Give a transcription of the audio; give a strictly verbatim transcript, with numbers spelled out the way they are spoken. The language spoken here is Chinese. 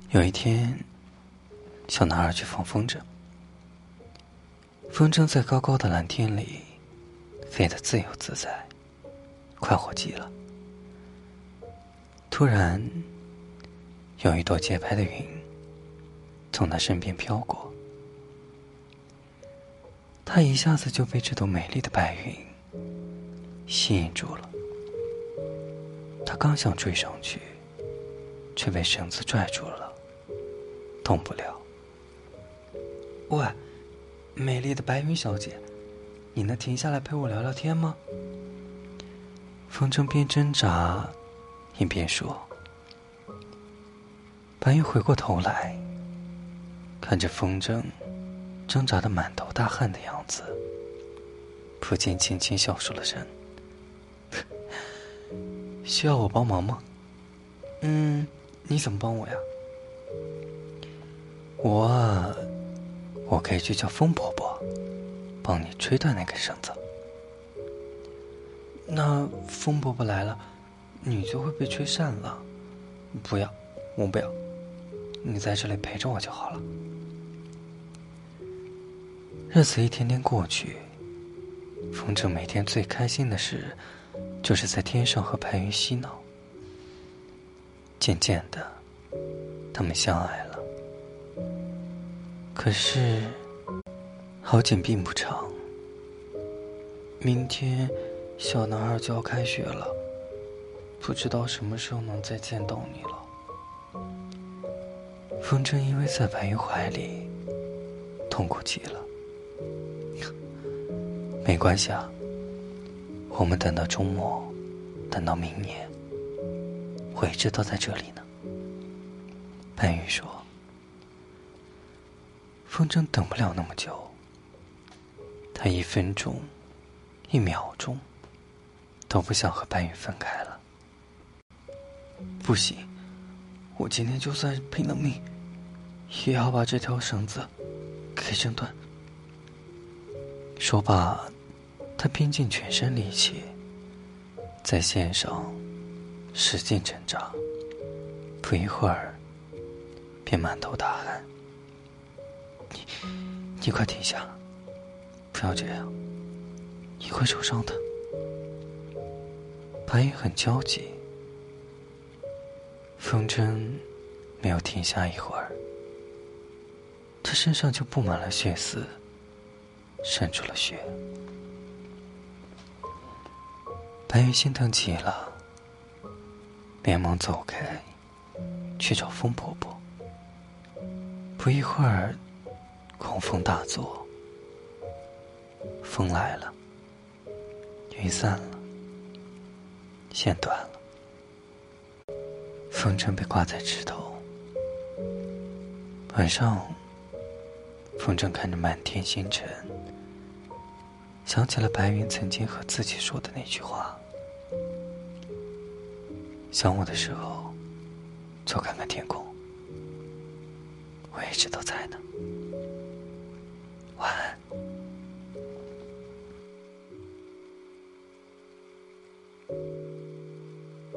有一天，小男孩去放风筝，风筝在高高的蓝天里飞得自由自在，快活极了。突然，有一朵洁白的云从他身边飘过，他一下子就被这朵美丽的白云吸引住了。他刚想追上去，却被绳子拽住了，动不了。喂，美丽的白云小姐，你能停下来陪我聊聊天吗？风筝边挣扎一边说。白云回过头来，看着风筝挣扎得满头大汗的样子，不禁轻轻笑出了声。需要我帮忙吗？嗯，你怎么帮我呀？我啊，我可以去叫风婆婆帮你吹断那根绳子。那风婆婆来了，你就会被吹散了。不要，我不要，你在这里陪着我就好了。日子一天天过去，风筝每天最开心的事就是在天上和白云嬉闹。渐渐的，他们相爱了。可是好景并不长，明天小男孩就要开学了，不知道什么时候能再见到你了。风筝依偎在白云怀里，痛苦极了。没关系啊，我们等到周末，等到明年，我一直都在这里呢。白云说。风筝等不了那么久，他一分钟一秒钟都不想和白云分开了。不行，我今天就算拼了命也要把这条绳子给挣断。说罢，他拼尽全身力气在线上使劲挣扎，不一会儿便满头大汗。你你快停下，不要这样，你会受伤的。白云很焦急，风筝没有停下一会儿，他身上就布满了血丝，渗出了血。白云心疼极了，连忙走开去找风婆婆。不一会儿，狂风大作，风来了，云散了，线断了，风筝被挂在枝头。晚上，风筝看着满天星辰，想起了白云曾经和自己说的那句话：想我的时候，就看看天空，我一直都在呢。